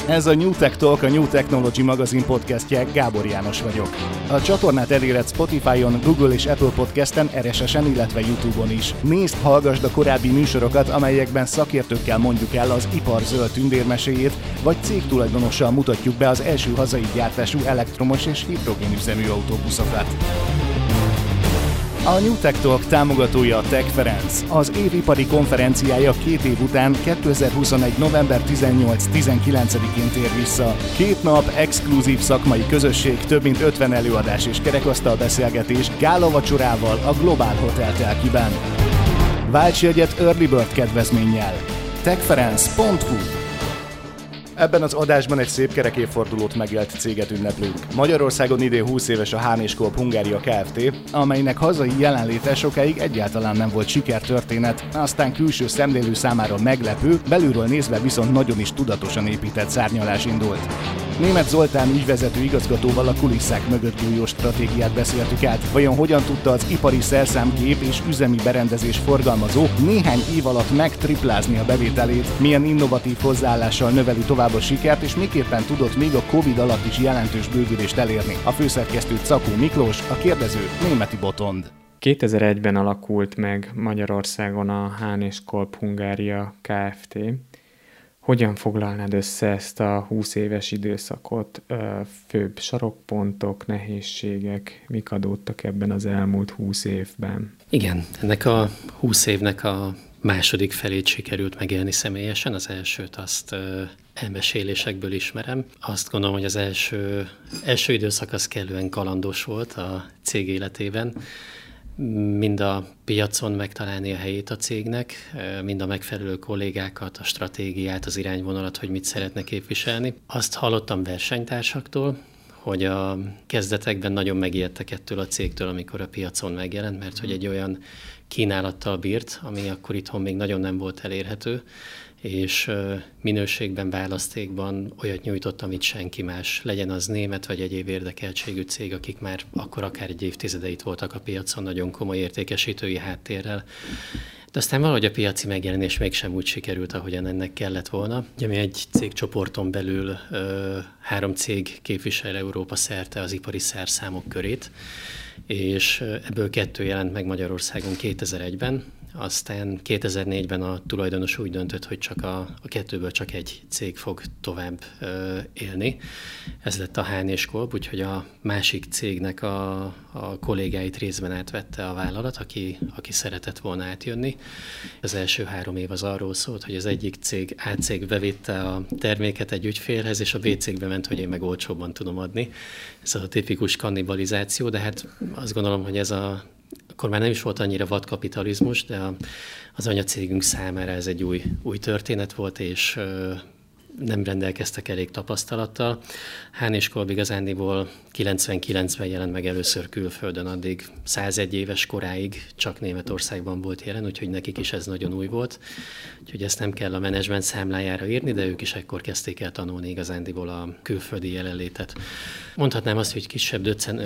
Ez a New Tech Talk, a New Technology magazin podcastje, Gábor János vagyok. A csatornát eléred Spotify-on, Google és Apple Podcasten, RSS-en, illetve YouTube-on is. Nézd, hallgasd a korábbi műsorokat, amelyekben szakértőkkel mondjuk el az ipar zöld tündérmeséjét, vagy cégtulajdonossal mutatjuk be az első hazai gyártású elektromos és hidrogénüzemű autóbuszokat. A New Tech Talk támogatója a Tech Ferenc. Az év ipari konferenciája 2 év után 2021. november 18-19-én tér vissza. 2 nap, exkluzív szakmai közösség, több mint 50 előadás és kerekasztal beszélgetés, gálavacsorával a Global Hotel telkiben. Válts jegyet Early Bird kedvezménnyel. techferenc.hu. Ebben az adásban egy szép kerek évfordulót megélt céget ünneplünk. Magyarországon idén 20 éves a Hán&Coop Hungária Kft., amelynek hazai jelenléte sokáig egyáltalán nem volt sikertörténet, aztán külső szemlélő számára meglepő, belülről nézve viszont nagyon is tudatosan épített szárnyalás indult. Németh Zoltán ügyvezető igazgatóval a kulisszák mögött bújó stratégiát beszéltük át. Vajon hogyan tudta az ipari szerszámgép és üzemi berendezés forgalmazó néhány év alatt megtriplázni a bevételét, milyen innovatív hozzáállással növeli tovább a sikert, és miképpen tudott még a Covid alatt is jelentős bővülést elérni. A főszerkesztő Czakó Miklós, a kérdező Németi Botond. 2001-ben alakult meg Magyarországon a Hán&Coop Hungária Kft. Hogyan foglalnád össze ezt a 20 éves időszakot? Főbb sarokpontok, nehézségek, mik adódtak ebben az elmúlt 20 évben? Igen, ennek a 20 évnek a második felét sikerült megélni személyesen, az elsőt azt elmesélésekből ismerem. Azt gondolom, hogy az első időszak az kellően kalandos volt a cég életében. Mind a piacon megtalálni a helyét a cégnek, mind a megfelelő kollégákat, a stratégiát, az irányvonalat, hogy mit szeretne képviselni. Azt hallottam versenytársaktól, hogy a kezdetekben nagyon megijedtek ettől a cégtől, amikor a piacon megjelent, mert hogy egy olyan kínálattal bírt, ami akkor itthon még nagyon nem volt elérhető, és minőségben, választékban olyat nyújtott, amit senki más, legyen az német vagy egyéb érdekeltségű cég, akik már akkor akár egy évtizedeit voltak a piacon, nagyon komoly értékesítői háttérrel. De aztán valahogy a piaci megjelenés mégsem úgy sikerült, ahogyan ennek kellett volna. Ugye mi egy cégcsoporton belül 3 cég képvisel Európa szerte az ipari szerszámok körét, és ebből 2 jelent meg Magyarországon 2001-ben, aztán 2004-ben a tulajdonos úgy döntött, hogy csak a 2-ből csak egy cég fog tovább élni. Ez lett a Hán&Coop, úgyhogy a másik cégnek a kollégáit részben átvette a vállalat, aki szeretett volna átjönni. Az első 3 év az arról szólt, hogy az egyik cég, A cég bevitte a terméket egy ügyfélhez, és a B cégbe ment, hogy én meg olcsóbban tudom adni. Ez a tipikus kannibalizáció, de hát azt gondolom, hogy akkor már nem is volt annyira vadkapitalizmus, de az anyacégünk számára ez egy új történet volt, és nem rendelkeztek elég tapasztalattal. Hán&Coop igazándiból 99-ben jelent meg először külföldön, addig 101 éves koráig csak Németországban volt jelen, úgyhogy nekik is ez nagyon új volt. Úgyhogy ezt nem kell a menedzsment számlájára írni, de ők is ekkor kezdték el tanulni igazándiból a külföldi jelenlétet. Mondhatnám azt, hogy kisebb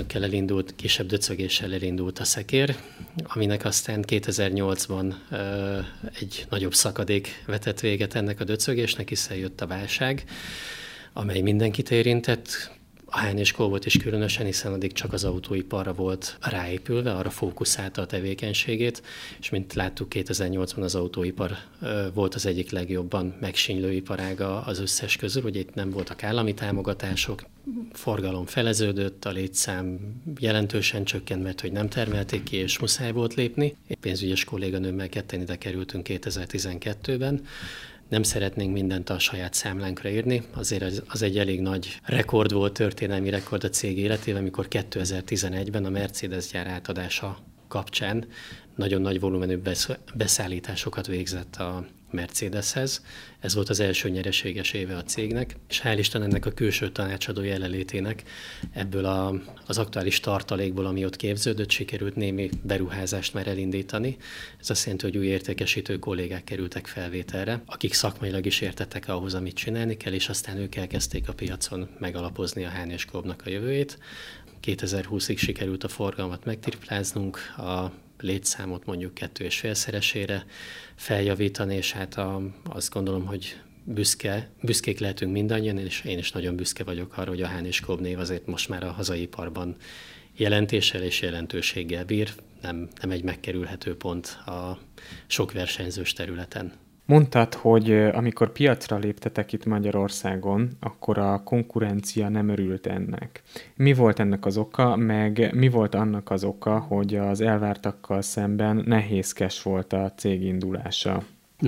döcögéssel elindult a szekér, aminek aztán 2008-ban egy nagyobb szakadék vetett véget ennek a döcögésnek, hiszen jött a válság, amely mindenkit érintett, a Hán&Coopot is különösen, hiszen addig csak az autóiparra volt ráépülve, arra fókuszálta a tevékenységét, és mint láttuk 2008-ban az autóipar volt az egyik legjobban megsínylő iparága az összes közül, hogy itt nem voltak állami támogatások, forgalom feleződött, a létszám jelentősen csökkent, mert hogy nem termelték ki, és muszáj volt lépni. Pénzügyes kolléganőmmel ketten ide kerültünk 2012-ben, nem szeretnénk mindent a saját számlánkra írni, azért az egy elég nagy rekord volt, történelmi rekord a cég életében, amikor 2011-ben a Mercedes gyár átadása kapcsán nagyon nagy volumenű beszállításokat végzett a Mercedeshez. Ez volt az első nyereséges éve a cégnek, és hál' Isten ennek a külső tanácsadó jelenlétének ebből az aktuális tartalékból, ami ott képződött, sikerült némi beruházást már elindítani. Ez azt jelenti, hogy új értékesítő kollégák kerültek felvételre, akik szakmailag is értettek ahhoz, amit csinálni kell, és aztán ők elkezdték a piacon megalapozni a Hán&Coopnak a jövőjét. 2020-ig sikerült a forgalmat megtripláznunk, a létszámot mondjuk 2,5-szeresére feljavítani, és hát azt gondolom, hogy büszkék lehetünk mindannyian, és én is nagyon büszke vagyok arra, hogy a Hahn & Coop név azért most már a hazai iparban jelentéssel és jelentőséggel bír, nem egy megkerülhető pont a sok versenyzős területen. Mondtad, hogy amikor piacra léptetek itt Magyarországon, akkor a konkurencia nem örült ennek. Mi volt ennek az oka, meg mi volt annak az oka, hogy az elvártakkal szemben nehézkes volt a cég indulása?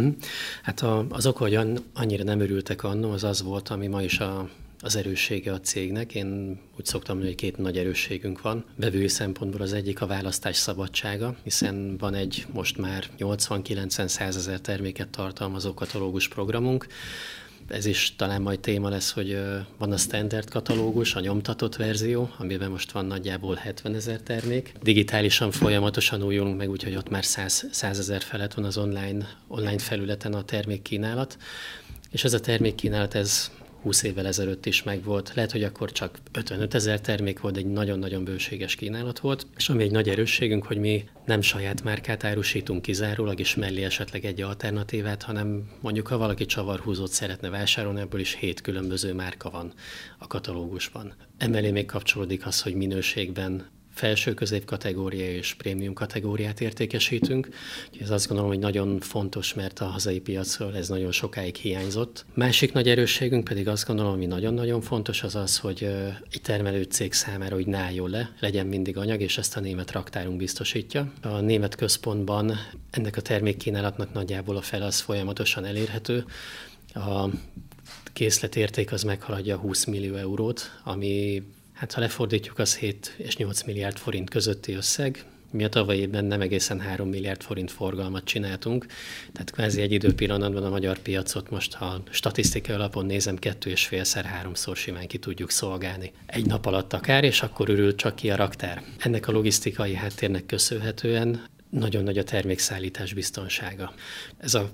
Hát az oka, hogy annyira nem örültek annó, az volt, ami ma is az erőssége a cégnek. Én úgy szoktam mondani, hogy 2 nagy erősségünk van. Vevői szempontból az egyik a választás szabadsága, hiszen van egy most már 80-90-100 ezer terméket tartalmazó katalógus programunk. Ez is talán majd téma lesz, hogy van a standard katalógus, a nyomtatott verzió, amiben most van nagyjából 70 000 termék. Digitálisan folyamatosan újulunk meg, úgyhogy ott már 100 000 felett van az online felületen a termékkínálat. És ez a termékkínálat, ez 20 évvel ezelőtt is megvolt. Lehet, hogy akkor csak 55 000 termék volt, egy nagyon-nagyon bőséges kínálat volt. És ami egy nagy erősségünk, hogy mi nem saját márkát árusítunk kizárólag, és mellé esetleg egy alternatívát, hanem mondjuk, ha valaki csavarhúzót szeretne vásárolni, ebből is 7 különböző márka van a katalógusban. Emellé még kapcsolódik az, hogy minőségben felső-közép kategória és prémium kategóriát értékesítünk. Ez azt gondolom, hogy nagyon fontos, mert a hazai piacról ez nagyon sokáig hiányzott. Másik nagy erősségünk pedig azt gondolom, ami nagyon-nagyon fontos, az az, hogy egy termelő cég számára, hogy ne álljon le, legyen mindig anyag, és ezt a német raktárunk biztosítja. A német központban ennek a termékkínálatnak nagyjából a fele az folyamatosan elérhető. A készletérték az meghaladja 20 millió eurót, ami hát ha lefordítjuk, az 7 és 8 milliárd forint közötti összeg. Mi a tavalyi évben nem egészen 3 milliárd forint forgalmat csináltunk, tehát kvázi egy időpillanatban a magyar piacot most, ha statisztikai alapon nézem, 2,5-3-szor simán ki tudjuk szolgálni. Egy nap alatt akár, és akkor ürül csak ki a raktár. Ennek a logisztikai háttérnek köszönhetően nagyon nagy a termékszállítás biztonsága. Ez a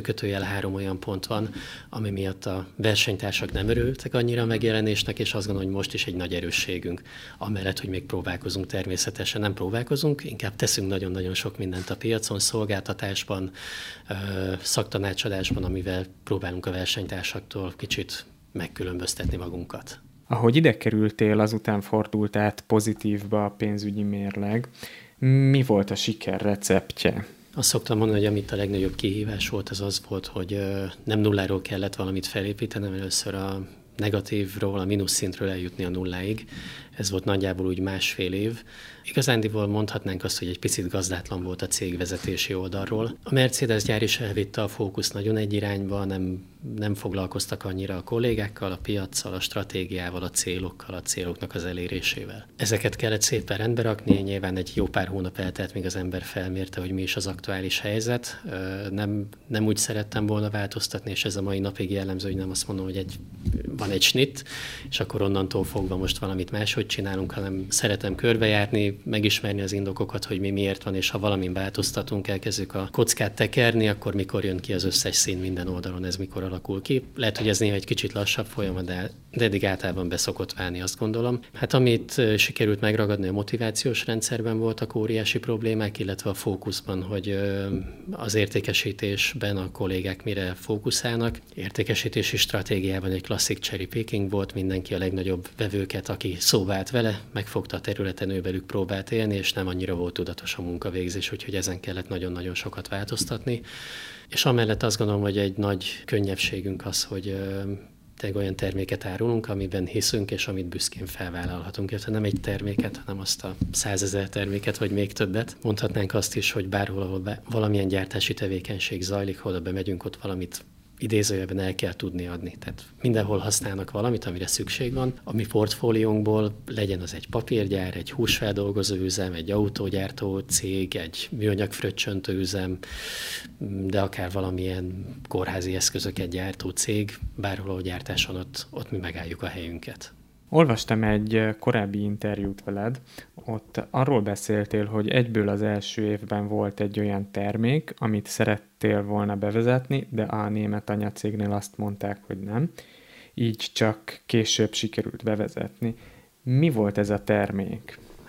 2/3 olyan pont van, ami miatt a versenytársak nem örültek annyira a megjelenésnek, és azt gondolom, hogy most is egy nagy erősségünk. Amellett, hogy még próbálkozunk, természetesen nem próbálkozunk, inkább teszünk nagyon-nagyon sok mindent a piacon, szolgáltatásban, szaktanácsadásban, amivel próbálunk a versenytársaktól kicsit megkülönböztetni magunkat. Ahogy ide kerültél, azután fordult át pozitívba a pénzügyi mérleg. Mi volt a siker receptje? Azt szoktam mondani, hogy amit a legnagyobb kihívás volt, az volt, hogy nem nulláról kellett valamit felépítenem, először a negatívról, a mínusz szintről eljutni a nulláig. Ez volt nagyjából úgy 1,5 év. Igazándiból mondhatnánk azt, hogy egy picit gazdátlan volt a cég vezetési oldalról. A Mercedes gyár is elvitte a fókusz nagyon egy irányba, nem foglalkoztak annyira a kollégákkal, a piaccal, a stratégiával, a célokkal, a céloknak az elérésével. Ezeket kellett szépen rendbe rakni, nyilván egy jó pár hónap eltelt, míg az ember felmérte, hogy mi is az aktuális helyzet. Nem úgy szerettem volna változtatni, és ez a mai napig jellemző, hogy nem azt mondom, hogy van egy snit, és akkor onnantól fogva most valamit máshogy csinálunk, hanem szeretem körbejárni, megismerni az indokokat, hogy mi miért van, és ha valamin változtatunk, elkezdjük a kockát tekerni, akkor mikor jön ki az összes szín minden oldalon, ez mikor alakul ki. Lehet, hogy ez néha egy kicsit lassabb folyamat, de eddig általában beszokott válni, azt gondolom. Hát amit sikerült megragadni a motivációs rendszerben voltak óriási problémák, illetve a fókuszban, hogy az értékesítésben a kollégák mire fókuszálnak. Értékesítési stratégiában egy klasszik cherry picking volt, mindenki a legnagyobb vevőket, aki szóba állt vele, megfogta a területen, ő velük próbált élni, és nem annyira volt tudatos a munkavégzés, úgyhogy ezen kellett nagyon-nagyon sokat változtatni. És amellett azt gondolom, hogy egy nagy könnyebbségünk az, hogy olyan terméket árulunk, amiben hiszünk, és amit büszkén felvállalhatunk. Érte nem egy terméket, hanem azt a 100 000 terméket, vagy még többet. Mondhatnánk azt is, hogy bárhol, ahol valamilyen gyártási tevékenység zajlik, hol bemegyünk, ott valamit idézőjelben el kell tudni adni. Tehát mindenhol használnak valamit, amire szükség van. A mi portfóliónkból legyen az egy papírgyár, egy húsfeldolgozó üzem, egy autógyártó cég, egy műanyag fröccsöntő üzem, de akár valamilyen kórházi eszközöket gyártó cég, bárhol, ahol gyártás van, ott mi megálljuk a helyünket. Olvastam egy korábbi interjút veled, ott arról beszéltél, hogy egyből az első évben volt egy olyan termék, amit szerettél volna bevezetni, de a német anyacégnél azt mondták, hogy nem. Így csak később sikerült bevezetni. Mi volt ez a termék?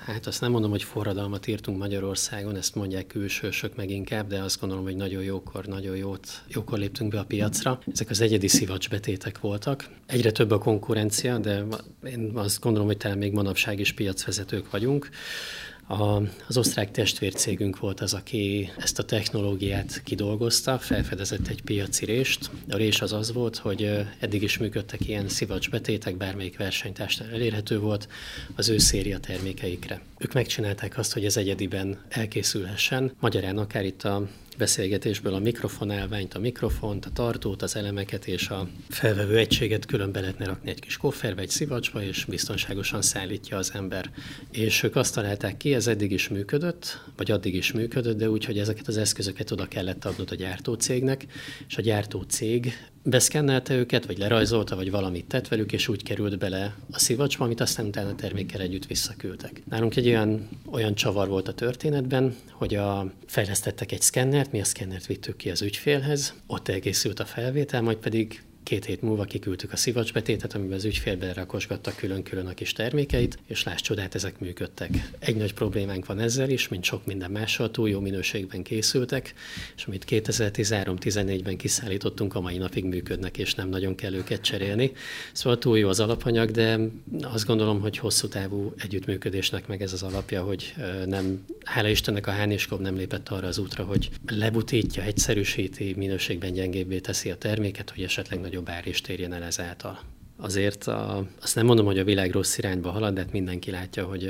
Hát azt nem mondom, hogy forradalmat írtunk Magyarországon, ezt mondják külsősök meg inkább, de azt gondolom, hogy nagyon jókor léptünk be a piacra. Ezek az egyedi szivacsbetétek voltak. Egyre több a konkurencia, de én azt gondolom, hogy talán még manapság is piacvezetők vagyunk. Az osztrák testvércégünk volt az, aki ezt a technológiát kidolgozta, felfedezett egy piaci rést. A rés az volt, hogy eddig is működtek ilyen szivacsbetétek, bármelyik versenytársnál elérhető volt az ő széria termékeikre. Ők megcsinálták azt, hogy ez egyediben elkészülhessen. Magyarán akár itt a beszélgetésből a mikrofonálványt, a mikrofont, a tartót, az elemeket és a felvevő egységet külön be lehetne rakni egy kis kofferbe, egy szivacsba, és biztonságosan szállítja az ember. És ők azt találták ki, ez eddig is működött, vagy addig is működött, de úgy, hogy ezeket az eszközöket oda kellett adnod a gyártócégnek, és a gyártócég beszkennelte őket, vagy lerajzolta, vagy valamit tett velük, és úgy került bele a szivacsba, amit aztán utána a termékkel együtt visszaküldtek. Nálunk egy olyan csavar volt a történetben, hogy fejlesztettek egy szkennert, mi a szkennert vittük ki az ügyfélhez, ott elkészült a felvétel, majd pedig 2 hét múlva kiküldtük a szivacsbetétet, amiben az ügyfél berakosgatta külön-külön a kis termékeit, és láss csodát, ezek működtek. Egy nagy problémánk van ezzel is, mint sok minden mással, túl jó minőségben készültek, és amit 2013-14-ben kiszállítottunk, a mai napig működnek, és nem nagyon kell őket cserélni. Szóval túl jó az alapanyag, de azt gondolom, hogy hosszú távú együttműködésnek meg ez az alapja, hogy nem, hála Istennek a Hán&Coop nem lépett arra az útra, hogy lebutítja, egyszerűsíti, minőségben gyengébbé teszi a terméket, hogy esetleg nagyobb ár is térjen el ezáltal. Azért azt nem mondom, hogy a világ rossz irányba halad, de hát mindenki látja, hogy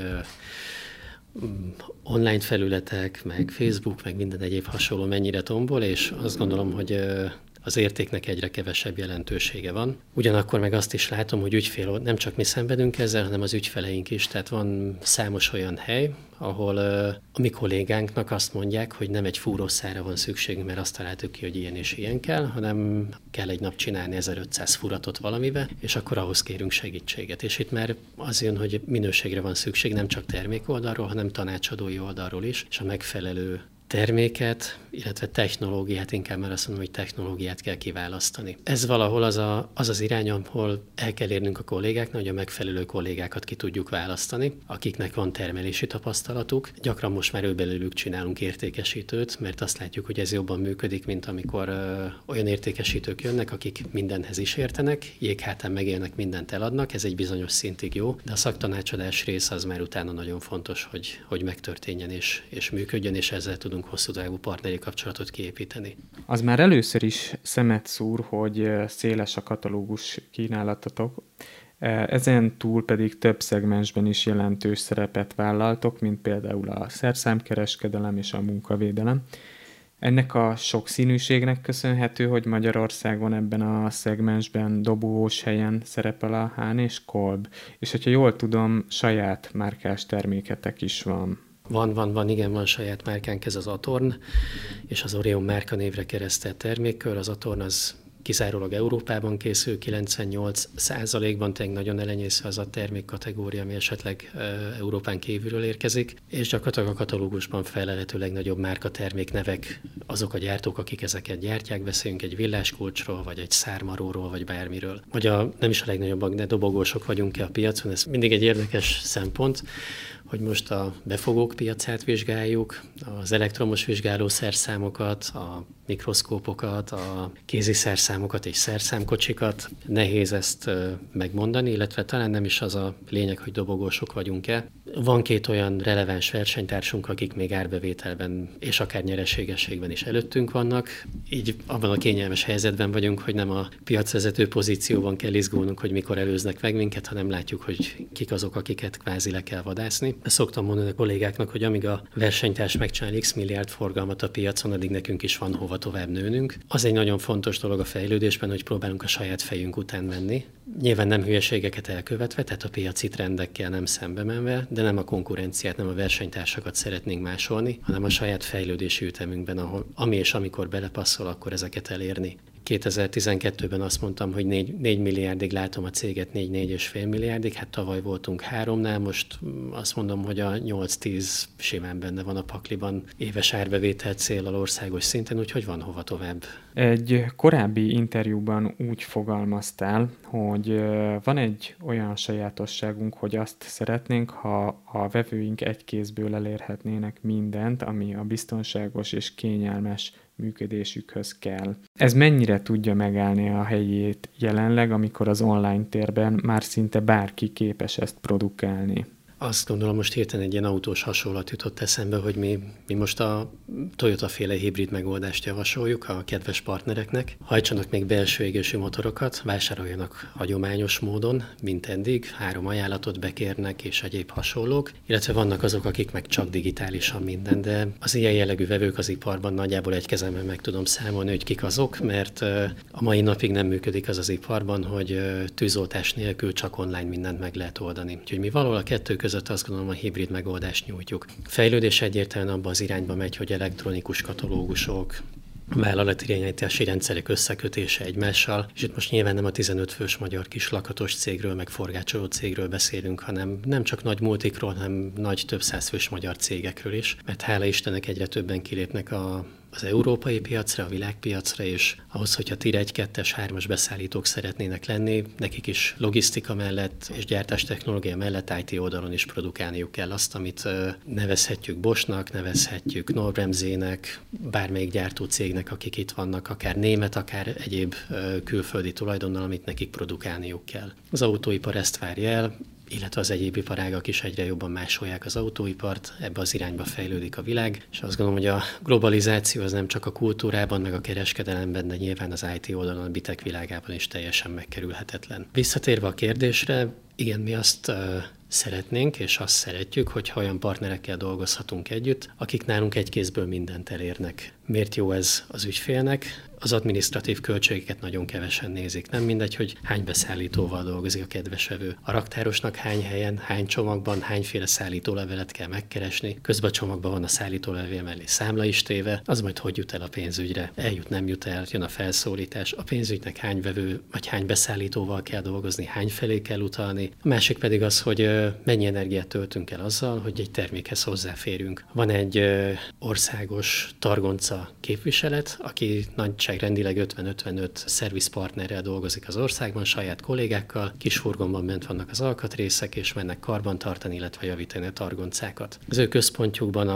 online felületek, meg Facebook, meg minden egyéb hasonló mennyire tombol, és azt gondolom, hogy az értéknek egyre kevesebb jelentősége van. Ugyanakkor meg azt is látom, hogy nem csak mi szenvedünk ezzel, hanem az ügyfeleink is. Tehát van számos olyan hely, ahol a mi kollégánknak azt mondják, hogy nem egy fúrószára van szükségünk, mert azt találtuk ki, hogy ilyen és ilyen kell, hanem kell egy nap csinálni 1500 furatot valamivel, és akkor ahhoz kérünk segítséget. És itt már az jön, hogy minőségre van szükség, nem csak termék oldalról, hanem tanácsadói oldalról is, és a megfelelő terméket, illetve technológiát, inkább már azt mondom, hogy technológiát kell kiválasztani. Ez valahol az irány, ahol el kell érnünk a kollégáknak, hogy a megfelelő kollégákat ki tudjuk választani, akiknek van termelési tapasztalatuk. Gyakran most már belőlük csinálunk értékesítőt, mert azt látjuk, hogy ez jobban működik, mint amikor olyan értékesítők jönnek, akik mindenhez is értenek, jéghátán megélnek, mindent eladnak, ez egy bizonyos szintig jó, de a szaktanácsadás rész az már utána nagyon fontos, hogy megtörténjen és működjön, és ezzel tudunk hosszú távú partneri kapcsolatot kiépíteni. Az már először is szemet szúr, hogy széles a katalógus kínálatotok. Ezen túl pedig több szegmensben is jelentős szerepet vállaltok, mint például a szerszámkereskedelem és a munkavédelem. Ennek a sokszínűségnek köszönhető, hogy Magyarországon ebben a szegmensben dobogós helyen szerepel a Hán&Coop, és hogyha jól tudom, saját márkás terméketek is van. Van saját márkánk, ez az Atorn, és az Orion márkanévre keresztelt termékkör. Az Atorn az kizárólag Európában készül, 98%-ban tényleg nagyon elenyésző az a termékkategória, ami esetleg Európán kívülről érkezik, és gyakorlatilag a katalógusban felelhető legnagyobb márkaterméknevek azok a gyártók, akik ezeket gyártják, beszélünk egy villáskulcsról, vagy egy szármaróról, vagy bármiről. Vagy nem is a legnagyobbak, de dobogósok vagyunk-e a piacon, ez mindig egy érdekes szempont, hogy most a befogók piacát vizsgáljuk, az elektromos vizsgálószerszámokat, a mikroszkópokat, a kézi szerszámokat és szerszámkocsikat. Nehéz ezt megmondani, illetve talán nem is az a lényeg, hogy dobogósok vagyunk-e. Van 2 olyan releváns versenytársunk, akik még árbevételben és akár nyereségességben is előttünk vannak. Így abban a kényelmes helyzetben vagyunk, hogy nem a piacvezető pozícióban kell izgulnunk, hogy mikor előznek meg minket, hanem látjuk, hogy kik azok, akiket kvázi le kell vadászni. Szoktam mondani a kollégáknak, hogy amíg a versenytárs megcsinál x milliárd forgalmat a piacon, addig nekünk is van hova tovább nőnünk. Az egy nagyon fontos dolog a fejlődésben, hogy próbálunk a saját fejünk után menni. Nyilván nem hülyeségeket elkövetve, tehát a piaci trendekkel nem szembe menve, de nem a konkurenciát, nem a versenytársakat szeretnénk másolni, hanem a saját fejlődési ütemünkben, ami és amikor belepasszol, akkor ezeket elérni. 2012-ben azt mondtam, hogy 4 milliárdig látom a céget, 4-4,5 milliárdig, hát tavaly voltunk 3-nál, most azt mondom, hogy a 8-10 simán benne van a pakliban éves árbevétel céllal országos szinten, úgyhogy van hova tovább. Egy korábbi interjúban úgy fogalmaztál, hogy van egy olyan sajátosságunk, hogy azt szeretnénk, ha a vevőink egy kézből elérhetnének mindent, ami a biztonságos és kényelmes működésükhöz kell. Ez mennyire tudja megállni a helyét jelenleg, amikor az online térben már szinte bárki képes ezt produkálni? Azt gondolom, most hirtelen egy ilyen autós hasonlat jutott eszembe, hogy mi most a Toyota-féle hibrid megoldást javasoljuk a kedves partnereknek. Hajtsanak még belső égésű motorokat, vásároljanak hagyományos módon, mint eddig, 3 ajánlatot bekérnek és egyéb hasonlók, illetve vannak azok, akik meg csak digitálisan minden, de az ilyen jellegű vevők az iparban nagyjából egy kezemben meg tudom számolni, hogy kik azok, mert a mai napig nem működik az iparban, hogy tűzoltás nélkül csak online mindent meg lehet oldani. Úgyhogy mi valahol a kettő között azt gondolom a hibrid megoldást nyújtjuk. A fejlődés egyértelműen abban az irányba megy, hogy elektronikus katalógusok, vállalatirányítási rendszerek összekötése egymással, és itt most nyilván nem a 15 fős magyar kis lakatos cégről, meg forgácsoló cégről beszélünk, hanem nem csak nagy multikról, hanem nagy több száz fős magyar cégekről is, mert hála Istennek egyre többen kilépnek az európai piacra, a világpiacra, és ahhoz, hogyha tier 1, 2-es, 3-as beszállítók szeretnének lenni, nekik is logisztika mellett és gyártástechnológia mellett IT oldalon is produkálniuk kell azt, amit nevezhetjük Boschnak, nevezhetjük Knorr-Bremsének, bármelyik gyártócégnek, akik itt vannak, akár német, akár egyéb külföldi tulajdonnal, amit nekik produkálniuk kell. Az autóipar ezt várja el, illetve az egyéb iparágak is egyre jobban másolják az autóipart, ebbe az irányba fejlődik a világ, és azt gondolom, hogy a globalizáció az nem csak a kultúrában, meg a kereskedelemben, de nyilván az IT oldalon, a bitek világában is teljesen megkerülhetetlen. Visszatérve a kérdésre, igen, mi azt szeretnénk, és azt szeretjük, hogy olyan partnerekkel dolgozhatunk együtt, akik nálunk egy kézből mindent elérnek. Miért jó ez az ügyfélnek? Az adminisztratív költségeket nagyon kevesen nézik. Nem mindegy, hogy hány beszállítóval dolgozik a kedves vevő. A raktárosnak hány helyen, hány csomagban, hányféle szállítólevelet kell megkeresni. Közben a csomagban van a szállítólevél mellé számla is téve. Az majd hogy jut el a pénzügyre? Eljut, nem jut el, jön a felszólítás. A pénzügynek hány vevő vagy hány beszállítóval kell dolgozni, hány felé kell utalni. A másik pedig az, hogy mennyi energiát töltünk el azzal, hogy egy termékhez hozzáférünk. Van egy országos targonca képviselet, aki nagyságrendileg 50-55 szervizpartnerrel dolgozik az országban, saját kollégákkal, kis furgonban bent vannak az alkatrészek, és mennek karbantartani, illetve javítani a targoncákat. Az ő központjukban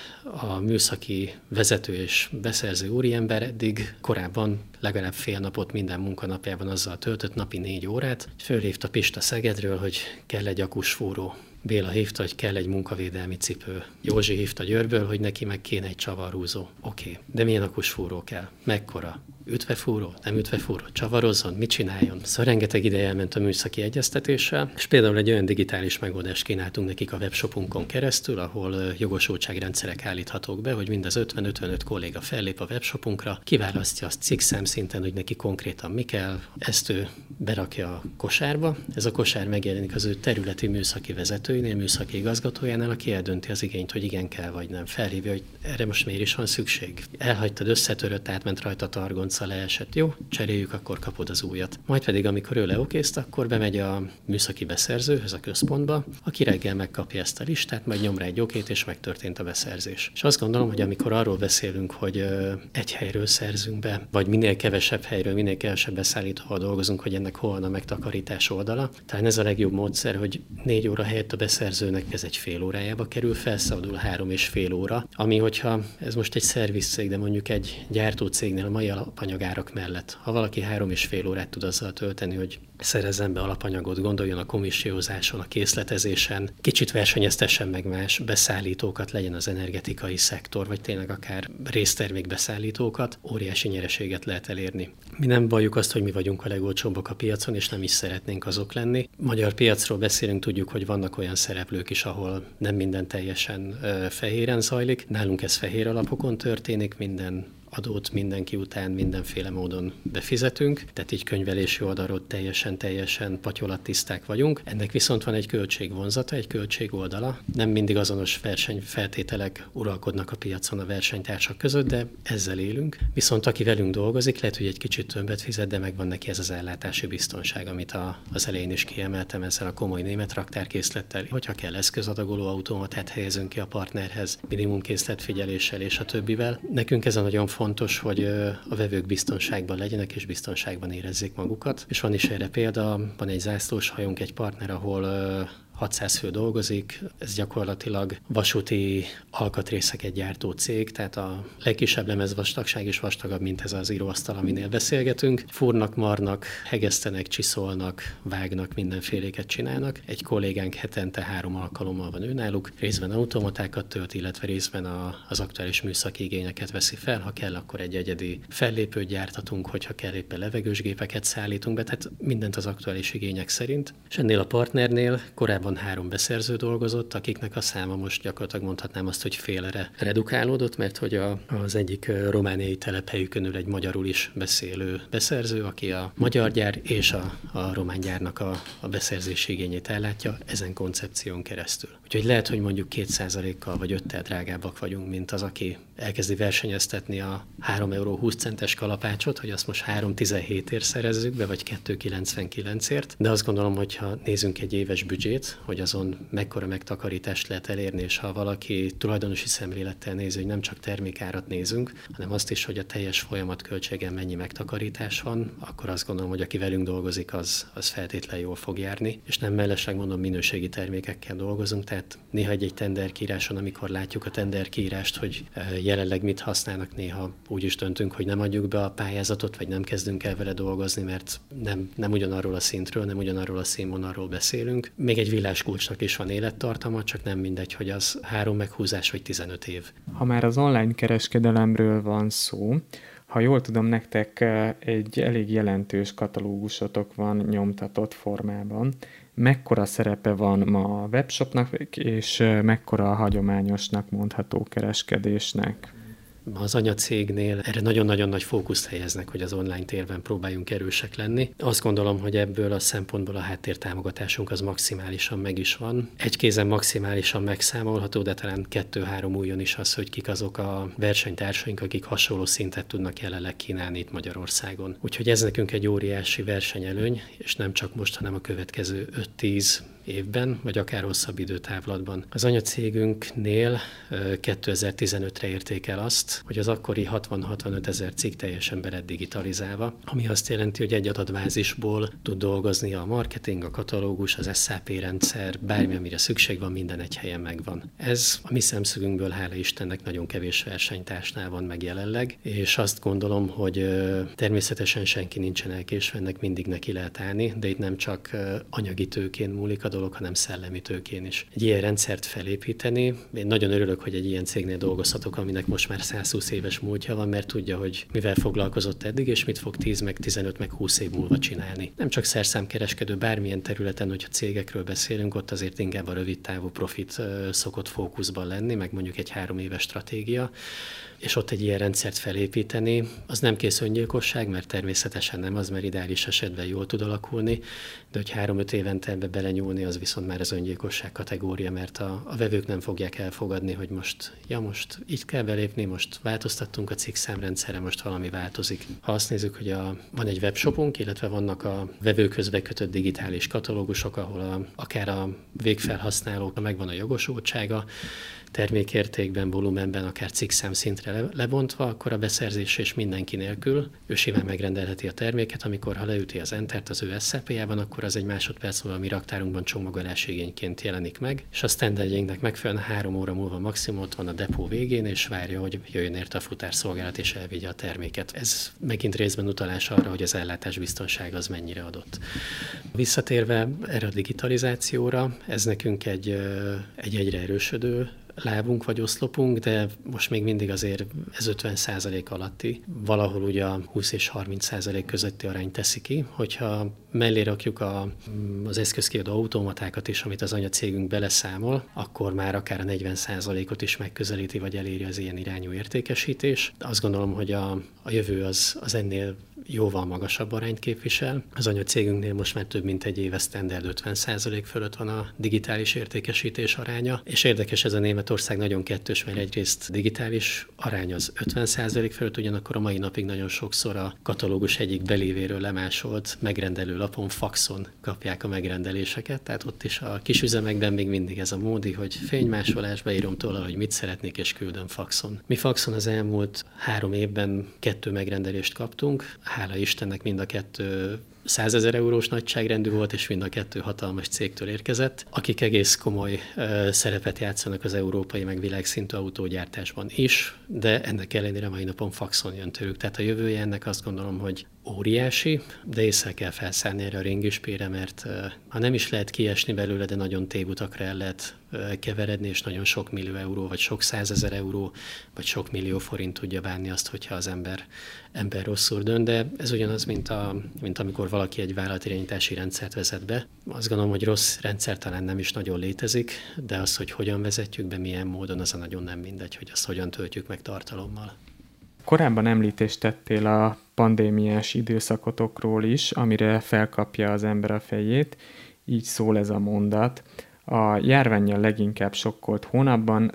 a műszaki vezető és beszerző úriember eddig korábban legalább fél napot minden munkanapjában azzal töltött, napi 4 órát. Fölhívta Pista Szegedről, hogy kell egy akusfúró. Béla hívta, hogy kell egy munkavédelmi cipő. Józsi hívta Győrből, hogy neki meg kéne egy csavarhúzó. Oké, de milyen akusfúró kell? Mekkora? Ütvefúró? Nem ütvefúró? Csavarozzon? Mit csináljon? Szóval rengeteg ideje elment a műszaki egyeztetéssel, és például egy olyan digitális megoldást kínáltunk nekik a webshopunkon keresztül, ahol jogosultságrendszerek állíthatók be, hogy mindaz 50-55 kolléga fellép a webshopunkra, kiválasztja azt cikkszám szinten, hogy neki konkrétan mi kell, ezt ő berakja a kosárba. Ez a kosár megjelenik az ő területi műszaki vezetőinél, műszaki igazgatójánál, aki eldönti az igényt, hogy igen kell vagy nem. Felhívja, hogy erre most miért is van szükség. Elhagytad, összetörött, átment rajta a targonca, leesett. Jó, cseréljük, akkor kapod az újat. Majd pedig, amikor ő leokézt, akkor bemegy a műszaki beszerzőhöz a központba, aki reggel megkapja ezt a listát, majd nyom rá egy okét, és megtörtént a beszerzés. És azt gondolom, hogy amikor arról beszélünk, hogy egy helyről szerzünk be, vagy minél kevesebb helyről, minél kevesebb beszállítóval dolgozunk, hogy ennek hol van a megtakarítás oldala, talán ez a legjobb módszer, hogy 4 óra helyett a beszerzőnek ez egy fél órájába kerül, felszabadul 3,5 óra, ami, hogyha ez most egy szervizcég, de mondjuk egy gyártócégnél a mai alapanyagárak mellett, ha valaki 3,5 órát tud azzal tölteni, hogy szerezzen be alapanyagot, gondoljon a komissiózáson, a készletezésen, kicsit versenyeztessen meg más beszállítókat, legyen az energetikai szektor, vagy tényleg akár résztermék beszállítókat, óriási nyereséget lehet elérni. Mi nem valljuk azt, hogy mi vagyunk a legolcsóbbak a piacon, és nem is szeretnénk azok lenni. Magyar piacról beszélünk, tudjuk, hogy vannak olyan szereplők is, ahol nem minden teljesen fehéren zajlik. Nálunk ez fehér alapokon történik, minden adót mindenki után mindenféle módon befizetünk, tehát így könyvelési oldalról teljesen patyolattiszták vagyunk. Ennek viszont van egy költségvonzata, egy költségoldala. Nem mindig azonos versenyfeltételek uralkodnak a piacon a versenytársak között, de ezzel élünk. Viszont aki velünk dolgozik, lehet, hogy egy kicsit többet fizet, de megvan neki ez az ellátási biztonság, amit az elején is kiemeltem ezzel a komoly német raktárkészlettel. Hogyha kell eszközadagoló automatát helyezünk ki a partnerhez, minimum készletfigyeléssel és a többivel. Nekünk ez a nagyon fontos, hogy a vevők biztonságban legyenek és biztonságban érezzék magukat. És van is erre példa, van egy zászlós hajónk, egy partner, ahol 600 fő dolgozik, ez gyakorlatilag vasúti alkatrészeket gyártó cég, tehát a legkisebb lemezvastagság is vastagabb, mint ez az íróasztal, aminél beszélgetünk. Fúrnak, marnak, hegesztenek, csiszolnak, vágnak, mindenféléket csinálnak. Egy kollégánk hetente 3 alkalommal van náluk, részben automatákat tölt, illetve részben az aktuális műszaki igényeket veszi fel. Ha kell, akkor egy egyedi fellépőt gyártatunk, hogyha kell, éppen levegősgépeket szállítunk be, tehát mindent az aktuális igények szerint. És ennél a partnernél korábban 3 beszerző dolgozott, akiknek a száma most gyakorlatilag mondhatnám azt, hogy félre redukálódott, mert hogy az egyik romániai telephelyükön ül egy magyarul is beszélő beszerző, aki a magyar gyár és a román gyárnak a beszerzési igényét ellátja ezen koncepción keresztül. Úgyhogy lehet, hogy mondjuk 2%-kal vagy 5-tel drágábbak vagyunk, mint az, aki elkezdi versenyeztetni a 3,20 euró kalapácsot, hogy azt most 3,17-ért szerezzük be, vagy 2,99-ért. De azt gondolom, hogy ha nézzünk egy éves büdzsét, hogy azon mekkora megtakarítást lehet elérni, és ha valaki tulajdonosi szemlélettel nézi, hogy nem csak termékárat nézünk, hanem azt is, hogy a teljes folyamat-költségen mennyi megtakarítás van, akkor azt gondolom, hogy aki velünk dolgozik, az feltétlenül jól fog járni, és nem mellesleg mondom, minőségi termékekkel dolgozunk, tehát néha egy tenderkiíráson, amikor látjuk a tenderkiírást, hogy jelenleg mit használnak, néha úgy is döntünk, hogy nem adjuk be a pályázatot, vagy nem kezdünk el vele dolgozni, mert nem ugyanarról a szintről, nem ugyanarról a színvonalról beszélünk. Még egy villáskulcsnak is van élettartama, csak nem mindegy, hogy az 3 meghúzás vagy 15 év. Ha már az online kereskedelemről van szó, ha jól tudom, nektek egy elég jelentős katalógusotok van nyomtatott formában. Mekkora szerepe van ma a webshopnak, és mekkora a hagyományosnak mondható kereskedésnek? Az anyacégnél erre nagyon-nagyon nagy fókuszt helyeznek, hogy az online térben próbáljunk erősek lenni. Azt gondolom, hogy ebből a szempontból a háttértámogatásunk az maximálisan meg is van. Egy kézen maximálisan megszámolható, de talán 2-3 újon is az, hogy kik azok a versenytársaink, akik hasonló szintet tudnak jelenleg kínálni itt Magyarországon. Úgyhogy ez nekünk egy óriási versenyelőny, és nem csak most, hanem a következő 5-10 évben, vagy akár hosszabb időtávlatban. Az anyacégünknél 2015-re érték el azt, hogy az akkori 60-65 ezer cikk teljesen be lett digitalizálva, ami azt jelenti, hogy egy adatbázisból tud dolgozni a marketing, a katalógus, az SAP rendszer, bármi, amire szükség van, minden egy helyen megvan. Ez a mi szemszögünkből, hála Istennek, nagyon kevés versenytársnál van meg jelenleg, és azt gondolom, hogy természetesen senki nincsen elkésve, ennek mindig neki lehet állni, de itt nem csak anyagi tőkén múlik a dolog, hanem szellemi tőkén is. Egy ilyen rendszert felépíteni, én nagyon örülök, hogy egy ilyen cégnél dolgozhatok, aminek most már 120 éves múltja van, mert tudja, hogy mivel foglalkozott eddig, és mit fog 10, meg 15, meg 20 év múlva csinálni. Nem csak szerszámkereskedő, bármilyen területen, hogyha cégekről beszélünk, ott azért inkább a rövid távú profit szokott fókuszban lenni, meg mondjuk egy 3 éves stratégia, és ott egy ilyen rendszert felépíteni, az nem kész öngyilkosság, mert természetesen nem az, mert ideális esetben jól tud alakulni, de hogy 3-5 évente ebbe belenyúlni, az viszont már az öngyilkosság kategória, mert a vevők nem fogják elfogadni, hogy most így kell belépni, most változtattunk a cikkszámrendszerre, most valami változik. Ha azt nézzük, hogy van egy webshopunk, illetve vannak a vevőkhöz bekötött digitális katalógusok, ahol akár a végfelhasználók megvan a jogosultsága, termékértékben, volumenben, akár cikkszám szintre lebontva, akkor a beszerzés és mindenki nélkül ő simán megrendelheti a terméket, amikor ha leüti az Entert az ő SAP-jában, akkor az egy másodperc múlva a mi raktárunkban csomagolási igényként jelenik meg, és a standardjainknak megfelelően 3 óra múlva maximum ott van a depó végén, és várja, hogy jöjjön érte a futárszolgálat és elvigye a terméket. Ez megint részben utalás arra, hogy az ellátás biztonsága az mennyire adott. Visszatérve erre a digitalizációra, ez nekünk egy egyre erősödő lábunk vagy oszlopunk, de most még mindig azért ez 50% alatti. Valahol ugye a 20 és 30% közötti arány teszi ki. Hogyha mellé rakjuk az eszközkiadó automatákat is, amit az anyacégünk beleszámol, akkor már akár a 40%-ot is megközelíti, vagy eléri az ilyen irányú értékesítés. Azt gondolom, hogy a jövő az ennél jóval magasabb arányt képvisel. Az anyacégünknél most már több mint egy éve standard 50% fölött van a digitális értékesítés aránya, és érdekes ez a Németország nagyon kettős, mert egyrészt digitális arány az 50% fölött, ugyanakkor a mai napig nagyon sokszor a katalógus egyik belévéről lemásolt megrendelő lapon, faxon kapják a megrendeléseket, tehát ott is a kisüzemekben még mindig ez a módi, hogy fénymásolásba írom tollal, hogy mit szeretnék, és küldöm faxon. Mi faxon az elmúlt 3 évben 2 megrendelést kaptunk, hála Istennek mind a 2 100 000 eurós nagyságrendű volt, és mind a 2 hatalmas cégtől érkezett, akik egész komoly szerepet játszanak az európai meg világszintű autógyártásban is, de ennek ellenére mai napon faxon jön tőlük. Tehát a jövője ennek azt gondolom, hogy óriási, de észre kell felszállni erre a ringispére, mert ha nem is lehet kiesni belőle, de nagyon tévutakra el lehet keveredni, és nagyon sok millió euró, vagy sok 100 000 euró, vagy sok millió forint tudja bánni azt, hogyha az ember rosszul dönt, de ez ugyanaz, mint amikor valaki egy vállalatirányítási rendszert vezet be. Azt gondolom, hogy rossz rendszer talán nem is nagyon létezik, de az, hogy hogyan vezetjük be, milyen módon, az a nagyon nem mindegy, hogy azt hogyan töltjük meg tartalommal. Korábban említést tettél a pandémiás időszakotokról is, amire felkapja az ember a fejét, így szól ez a mondat. A járvánnyal leginkább sokkolt hónapban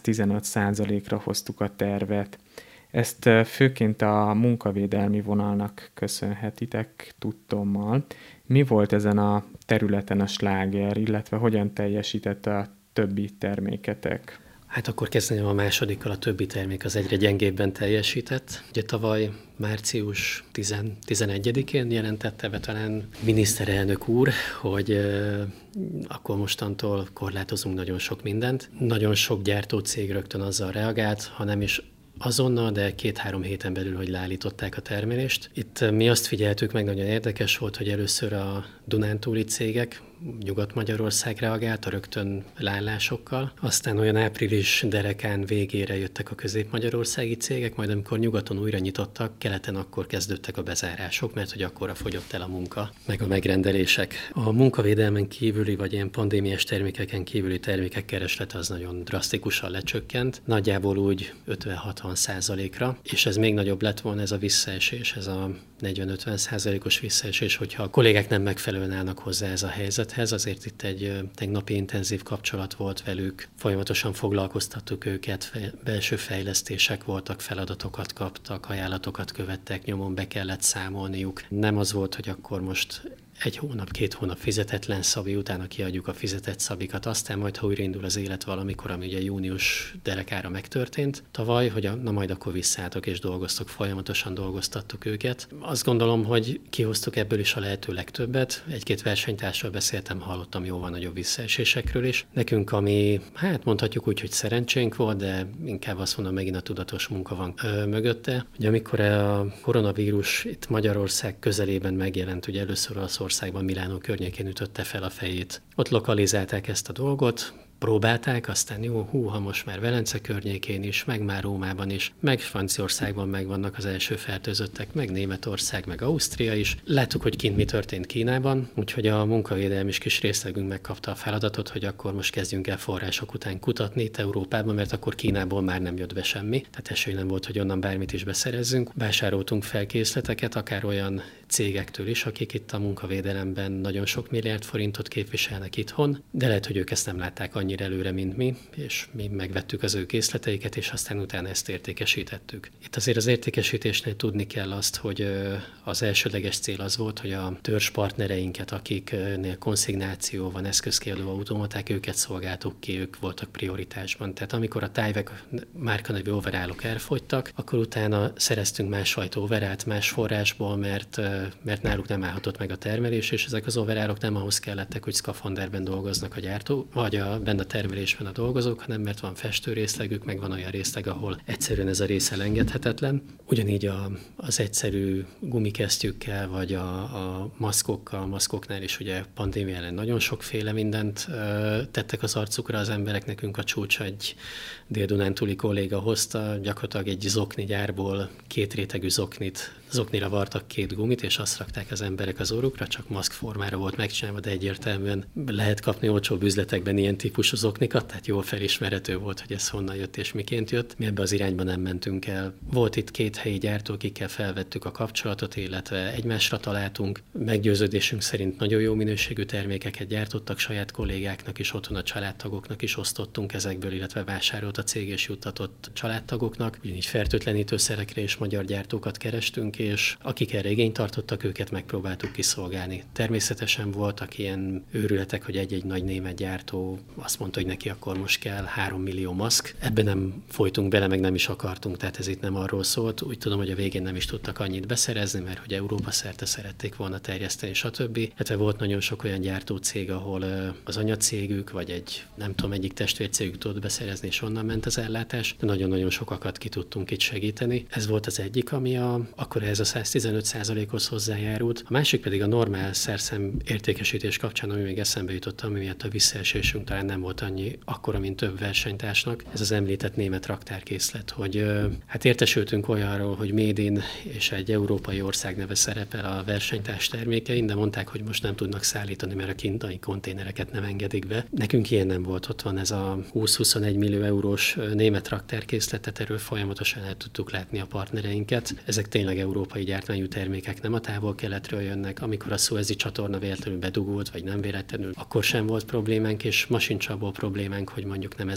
115%-ra hoztuk a tervet. Ezt főként a munkavédelmi vonalnak köszönhetitek tudtommal. Mi volt ezen a területen a sláger, illetve hogyan teljesített a többi terméketek? Hát akkor kezdeném a másodikkal, a többi termék az egyre gyengébben teljesített. Ugye tavaly március 11-én jelentette be talán miniszterelnök úr, hogy akkor mostantól korlátozunk nagyon sok mindent. Nagyon sok gyártócég rögtön azzal reagált, ha nem is azonnal, de 2-3 héten belül, hogy leállították a termelést. Itt mi azt figyeltük meg, nagyon érdekes volt, hogy először a dunántúli cégek, Nyugat-Magyarország reagált a rögtön leállásokkal. Aztán olyan április derekán végére jöttek a közép-magyarországi cégek, majd amikor nyugaton újra nyitottak, keleten akkor kezdődtek a bezárások, mert hogy akkorra fogyott el a munka, meg a megrendelések. A munkavédelmen kívüli, vagy ilyen pandémiás termékeken kívüli termékek kereslete az nagyon drasztikusan lecsökkent, nagyjából úgy 50-60%-ra, és ez még nagyobb lett volna ez a visszaesés, ez a 40-50%-os visszaesés, hogyha a kollégák nem megfelelően állnak hozzá ez a helyzethez. Azért itt egy tegnapi intenzív kapcsolat volt velük, folyamatosan foglalkoztattuk őket, belső fejlesztések voltak, feladatokat kaptak, ajánlatokat követtek, nyomon be kellett számolniuk. Nem az volt, hogy akkor most 1 hónap, 2 hónap fizetetlen szabi, utána kiadjuk a fizetett szabikat, aztán majd, ha újraindul az élet valamikor, ami ugye június derekára megtörtént tavaly, hogy majd akkor visszálltok és dolgoztok, folyamatosan dolgoztattuk őket. Azt gondolom, hogy kihoztuk ebből is a lehető legtöbbet. 1-2 versenytársról beszéltem, hallottam jóval nagyobb visszaesésekről is. Nekünk, ami, hát mondhatjuk úgy, hogy szerencsénk volt, de inkább azt mondom, megint a tudatos munka van mögötte. Ugye amikor a koronavírus itt Magyarország közelében megjelent, ugye először Olaszországban, Milánó környékén ütötte fel a fejét. Ott lokalizálták ezt a dolgot, próbálták, aztán jó, ha most már Velence környékén is, meg már Rómában is, meg Franciaországban megvannak az első fertőzöttek, meg Németország, meg Ausztria is. Láttuk, hogy kint mi történt Kínában, úgyhogy a munkavédelmi kis részlegünk megkapta a feladatot, hogy akkor most kezdjünk el források után kutatni itt Európában, mert akkor Kínából már nem jött be semmi, tehát esély nem volt, hogy onnan bármit is beszerezzünk. Vásároltunk fel készleteket, akár olyan cégektől is, akik itt a munkavédelemben nagyon sok milliárd forintot képviselnek itthon, de lehet, hogy ők ezt nem látták annyira előre, mint mi, és mi megvettük az ő készleteiket, és aztán utána ezt értékesítettük. Itt azért az értékesítésnél tudni kell azt, hogy az elsődleges cél az volt, hogy a törzspartnereinket, akiknél konszignáció van, eszközkiadó automaták, őket szolgáltuk ki, ők voltak prioritásban. Tehát amikor a Tyvek márkanevű overallok elfogytak, akkor utána szereztünk másfajta overallt más forrásból, mert náluk nem állhatott meg a termelés, és ezek az overallok nem ahhoz kellettek, hogy szkafanderben dolgoznak a gyártó, vagy benne a termelésben a dolgozók, hanem mert van festőrészlegük, meg van olyan részleg, ahol egyszerűen ez a rész elengedhetetlen. Ugyanígy az egyszerű gumikesztyűkkel, vagy a maszkokkal, maszkoknál is ugye pandémia ellen nagyon sokféle mindent tettek az arcukra az emberek. Nekünk a csúcs egy dél-dunántúli kolléga hozta, gyakorlatilag egy zoknigyárból 2 rétegű zoknira vartak 2 gumit, és azt rakták az emberek az orrukra, csak maszk formára volt megcsinálva, de egyértelműen lehet kapni olcsóbb üzletekben ilyen típusú zoknikat, tehát jól felismerhető volt, hogy ez honnan jött és miként jött. Mi ebbe az irányba nem mentünk el. Volt itt 2 helyi gyártó, akikkel felvettük a kapcsolatot, illetve egymásra találtunk. Meggyőződésünk szerint nagyon jó minőségű termékeket gyártottak, saját kollégáknak is, otthon a családtagoknak is osztottunk ezekből, illetve vásárolt a cég és juttatott családtagoknak. Ugyanígy fertőtlenítőszerekre és magyar gyártókat kerestünk, és akik erre igényt tartottak, őket megpróbáltuk kiszolgálni. Természetesen voltak ilyen őrületek, hogy egy-egy nagy német gyártó azt mondta, hogy neki akkor most kell 3 millió maszk. Ebben nem folytunk bele, meg nem is akartunk, tehát ez itt nem arról szólt. Úgy tudom, hogy a végén nem is tudtak annyit beszerezni, mert hogy Európa szerte szerették volna terjeszteni, stb. Hát volt nagyon sok olyan gyártócég, ahol az anyacégük, vagy egyik testvércégük tudott beszerezni, és onnan ment az ellátás, de nagyon-nagyon sokakat ki tudtunk itt segíteni. Ez volt az egyik, ami akkor ez a 115%-hoz hozzájárult. A másik pedig a normál szerszem értékesítés kapcsán, ami még eszembe jutott, ami miatt a visszaesésünk talán nem volt annyi akkora, mint több versenytársnak. Ez az említett német raktárkészlet, hogy hát értesültünk olyanról, hogy Made in és egy európai ország neve szerepel a versenytárs termékein, de mondták, hogy most nem tudnak szállítani, mert a kínai konténereket nem engedik be. Nekünk ilyen nem volt, ott van ez a 20-21 millió eurós német raktárkészletet, erről folyamatosan el tudtuk látni a partnereinket. Ezek tényleg európai gyártmányú termékek, nem a távol-keletről jönnek. Amikor a Szuezi csatorna véletlenül bedugult, vagy nem véletlenül, akkor sem volt problémánk, és ma sincs abból problémánk, hogy mondjuk nem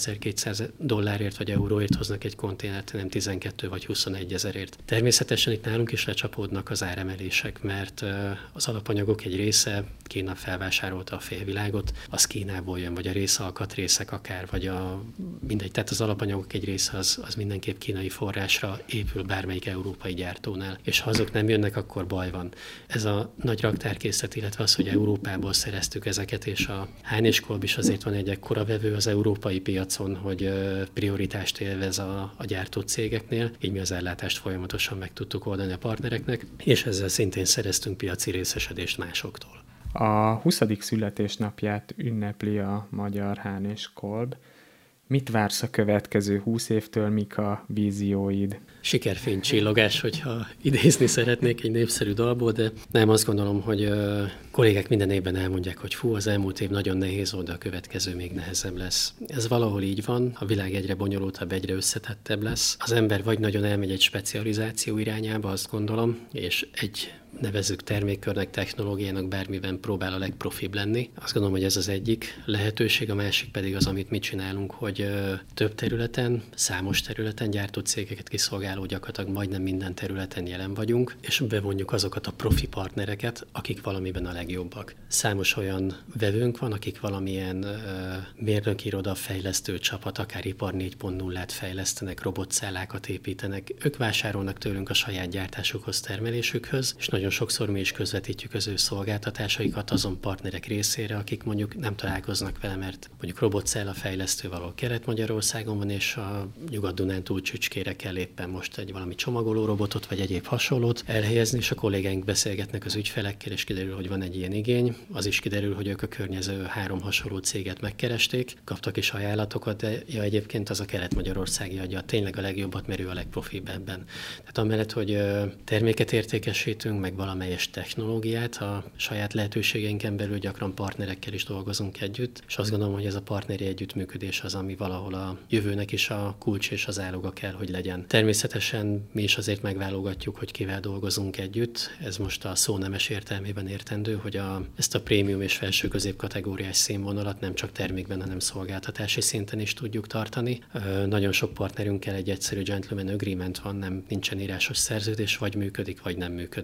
$1200 vagy euróért hoznak egy konténert, hanem 12 vagy 21 ezerért. Természetesen itt nálunk is lecsapódnak az áremelések, mert az alapanyagok egy része, Kína felvásárolta a félvilágot, az Kínából jön, vagy a részalkatrészek akár, vagy mindegy, tehát az alapanyagok egy része az mindenképp kínai forrásra épül bármelyik európai gyártónál, és ha azok nem jönnek, akkor baj van. Ez a nagy raktárkészlet, illetve az, hogy Európából szereztük ezeket, és a Hahn & Kolb is azért van egy ekkora vevő az európai piacon, hogy prioritást élvez a gyártó cégeknél, így mi az ellátást folyamatosan meg tudtuk oldani a partnereknek, és ezzel szintén szereztünk piaci részesedést másoktól. A 20. születésnapját ünnepli a magyar Hahn & Kolb. Mit vársz a következő 20 évtől, mik a vízióid? Sikerfénycsillogás, hogyha idézni szeretnék egy népszerű dalból, de nem, azt gondolom, hogy kollégák minden évben elmondják, hogy az elmúlt év nagyon nehéz volt, de a következő még nehezebb lesz. Ez valahol így van, a világ egyre bonyolultabb, egyre összetettebb lesz. Az ember vagy nagyon elmegy egy specializáció irányába, azt gondolom, és nevezzük termékkörnek, technológiának, bármiben próbál a legprofibb lenni. Azt gondolom, hogy ez az egyik lehetőség, a másik pedig az, amit mi csinálunk, hogy több területen, számos területen gyártó cégeket kiszolgáló, gyakorlatilag majdnem minden területen jelen vagyunk, és bevonjuk azokat a profi partnereket, akik valamiben a legjobbak. Számos olyan vevőnk van, akik valamilyen mérnökiroda, fejlesztő csapat, akár ipar 4.0-át fejlesztenek, robotszállákat építenek. Ők vásárolnak tőlünk a saját gyártásukhoz, termelésükhöz, és nagyon sokszor mi is közvetítjük az ő szolgáltatásaikat azon partnerek részére, akik mondjuk nem találkoznak vele, mert mondjuk robotszálla fejlesztő valahol Kelet-Magyarországon van, és a Nyugat-Dunántúl Csücskére kell éppen most egy valami csomagoló robotot, vagy egyéb hasonlót elhelyezni, és a kollégáink beszélgetnek az ügyfelekkel, és kiderül, hogy van egy ilyen igény. Az is kiderül, hogy ők a környező 3 hasonló céget megkeresték, kaptak is ajánlatokat, de egyébként az a Kelet-Magyarországi adja tényleg a legjobbat, mert ő a legprofibb ebben. Tehát amellett, hogy terméket értékesítünk, meg valamelyes technológiát, a saját lehetőségeinken belül gyakran partnerekkel is dolgozunk együtt, és azt gondolom, hogy ez a partneri együttműködés az, ami valahol a jövőnek is a kulcs és az áloga kell, hogy legyen. Természetesen mi is azért megválogatjuk, hogy kivel dolgozunk együtt. Ez most a szó nemes értelmében értendő, hogy ezt a prémium és felső közép kategóriás színvonalat nem csak termékben, hanem szolgáltatási szinten is tudjuk tartani. Nagyon sok partnerünkkel egy egyszerű gentleman agreement van, nincsen írásos szerződés, vagy működik, vagy nem működik.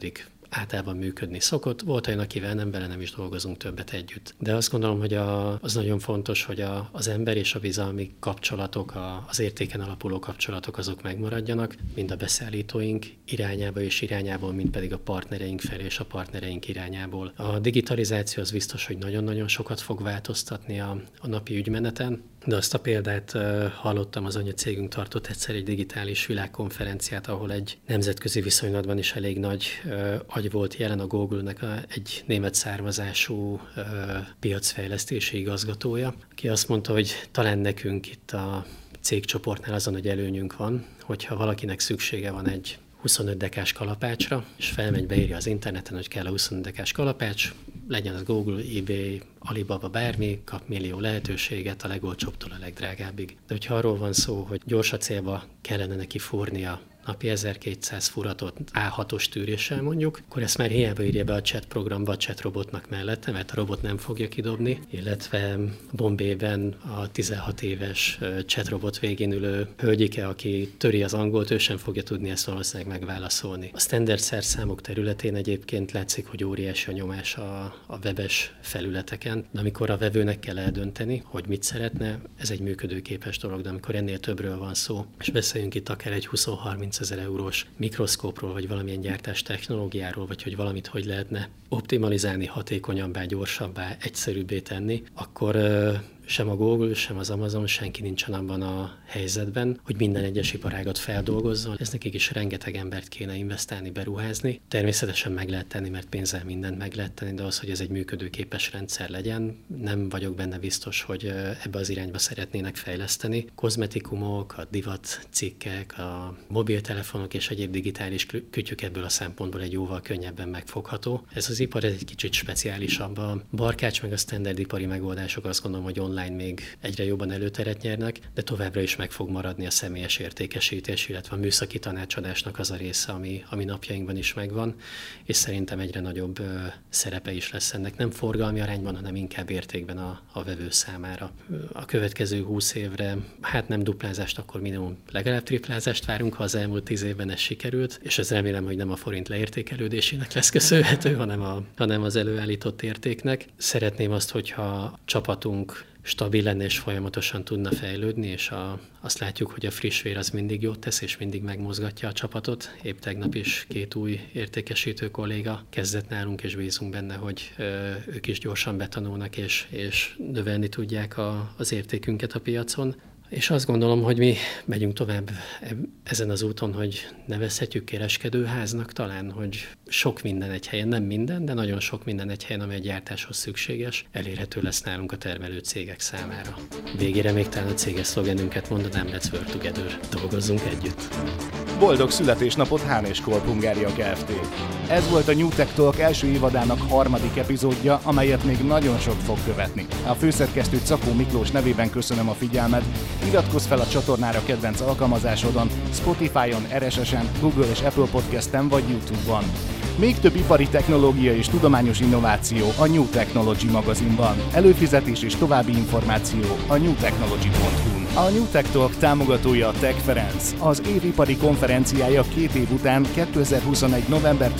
általában működni szokott. Volt olyan, akivel nem, vele nem is dolgozunk többet együtt. De azt gondolom, hogy az nagyon fontos, hogy az ember és a bizalmi kapcsolatok, az értéken alapuló kapcsolatok azok megmaradjanak, mind a beszállítóink irányába és irányából, mind pedig a partnereink felé és a partnereink irányából. A digitalizáció az biztos, hogy nagyon-nagyon sokat fog változtatni a napi ügymeneten, de azt a példát hallottam, az anyacégünk tartott egyszer egy digitális világkonferenciát, ahol egy nemzetközi viszonylatban is elég nagy agy volt jelen, a Google-nek egy német származású piacfejlesztési igazgatója, aki azt mondta, hogy talán nekünk itt a cégcsoportnál azon, hogy előnyünk van, hogyha valakinek szüksége van egy 25 dekás kalapácsra, és felmegy, beírja az interneten, hogy kell a 25 dekás kalapács, legyen az Google, eBay, Alibaba, bármi, kap millió lehetőséget a legolcsóbbtól a legdrágábbig. De hogyha arról van szó, hogy gyors a célba kellene neki fúrnia napi 1200 furatot A6-os tűréssel mondjuk, akkor ezt már hiába írja be a chat programba a chat robotnak mellette, mert a robot nem fogja kidobni, illetve Bombayben a 16 éves chat robot végén ülő hölgyike, aki töri az angolt, ő sem fogja tudni ezt valószínűleg megválaszolni. A standard szerszámok területén egyébként látszik, hogy óriási a nyomás a webes felületeken, de amikor a vevőnek kell eldönteni, hogy mit szeretne, ez egy működőképes dolog, de amikor ennél többről van szó, és beszéljünk itt akár egy 20-30 000 eurós mikroszkópról, vagy valamilyen gyártás technológiáról, vagy hogy valamit hogy lehetne optimalizálni, hatékonyabbá, gyorsabbá, egyszerűbbé tenni, akkor sem a Google, sem az Amazon, senki nincsen abban a helyzetben, hogy minden egyes iparágat feldolgozzon. Ez nekik is rengeteg embert kéne investálni, beruházni. Természetesen meg lehet tenni, mert pénzzel mindent meg lehet tenni, de az, hogy ez egy működőképes rendszer legyen, nem vagyok benne biztos, hogy ebbe az irányba szeretnének fejleszteni. Kozmetikumok, a divat cikkek, a mobiltelefonok és egyéb digitális kütyük ebből a szempontból egy jóval könnyebben megfogható. Ez az ipar egy kicsit speciálisabb. A barkács meg a standard ipari megoldások azt gondolom, hogy online még egyre jobban előteret nyernek, de továbbra is meg fog maradni a személyes értékesítés, illetve a műszaki tanácsadásnak az a része, ami napjainkban is megvan, és szerintem egyre nagyobb szerepe is lesz ennek. Nem forgalmi arányban, hanem inkább értékben a vevő számára. A következő 20 évre, hát nem duplázást, akkor minimum legalább triplázást várunk, ha az elmúlt 10 évben ez sikerült, és ez remélem, hogy nem a forint leértékelődésének lesz köszönhető, hanem az előállított értéknek. Szeretném azt, hogyha a csapatunk stabil lenne és folyamatosan tudna fejlődni, és azt látjuk, hogy a friss vér az mindig jót tesz, és mindig megmozgatja a csapatot. Épp tegnap is 2 új értékesítő kolléga kezdett nálunk, és bízunk benne, hogy ők is gyorsan betanulnak, és növelni tudják az értékünket a piacon. És azt gondolom, hogy mi megyünk tovább ezen az úton, hogy nevezhetjük kereskedőháznak talán, hogy sok minden egy helyen, nem minden, de nagyon sok minden egy helyen, ami a gyártáshoz szükséges, elérhető lesz nálunk a termelő cégek számára. Végére még talán a céges szlogenünket mondanám, Let's Work Together, dolgozzunk együtt. Boldog születésnapot Hán & Kolb Hungária Kft. Ez volt a New Tech Talk első évadának 3. epizódja, amelyet még nagyon sok fog követni. A főszerkesztő Czakó Miklós nevében köszönöm a figyelmet. Iratkozz fel a csatornára kedvenc alkalmazásodon, Spotify-on, RSS-en, Google és Apple Podcast-en vagy YouTube-on. Még több ipari technológia és tudományos innováció a New Technology magazinban. Előfizetés és további információ a newtechnology.hu-n. A New Tech Talk támogatója a Tech Ferenc. Az évipari konferenciája 2 év után 2021. november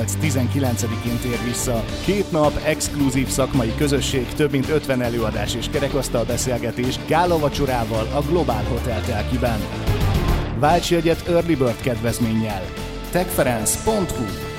18-19-én tér vissza. 2 nap exkluzív szakmai közösség, több mint 50 előadás és kerekasztal beszélgetés gálavacsorával a Globál Hotel telkiben. Válts jegyet Early Bird kedvezménnyel. techference.hu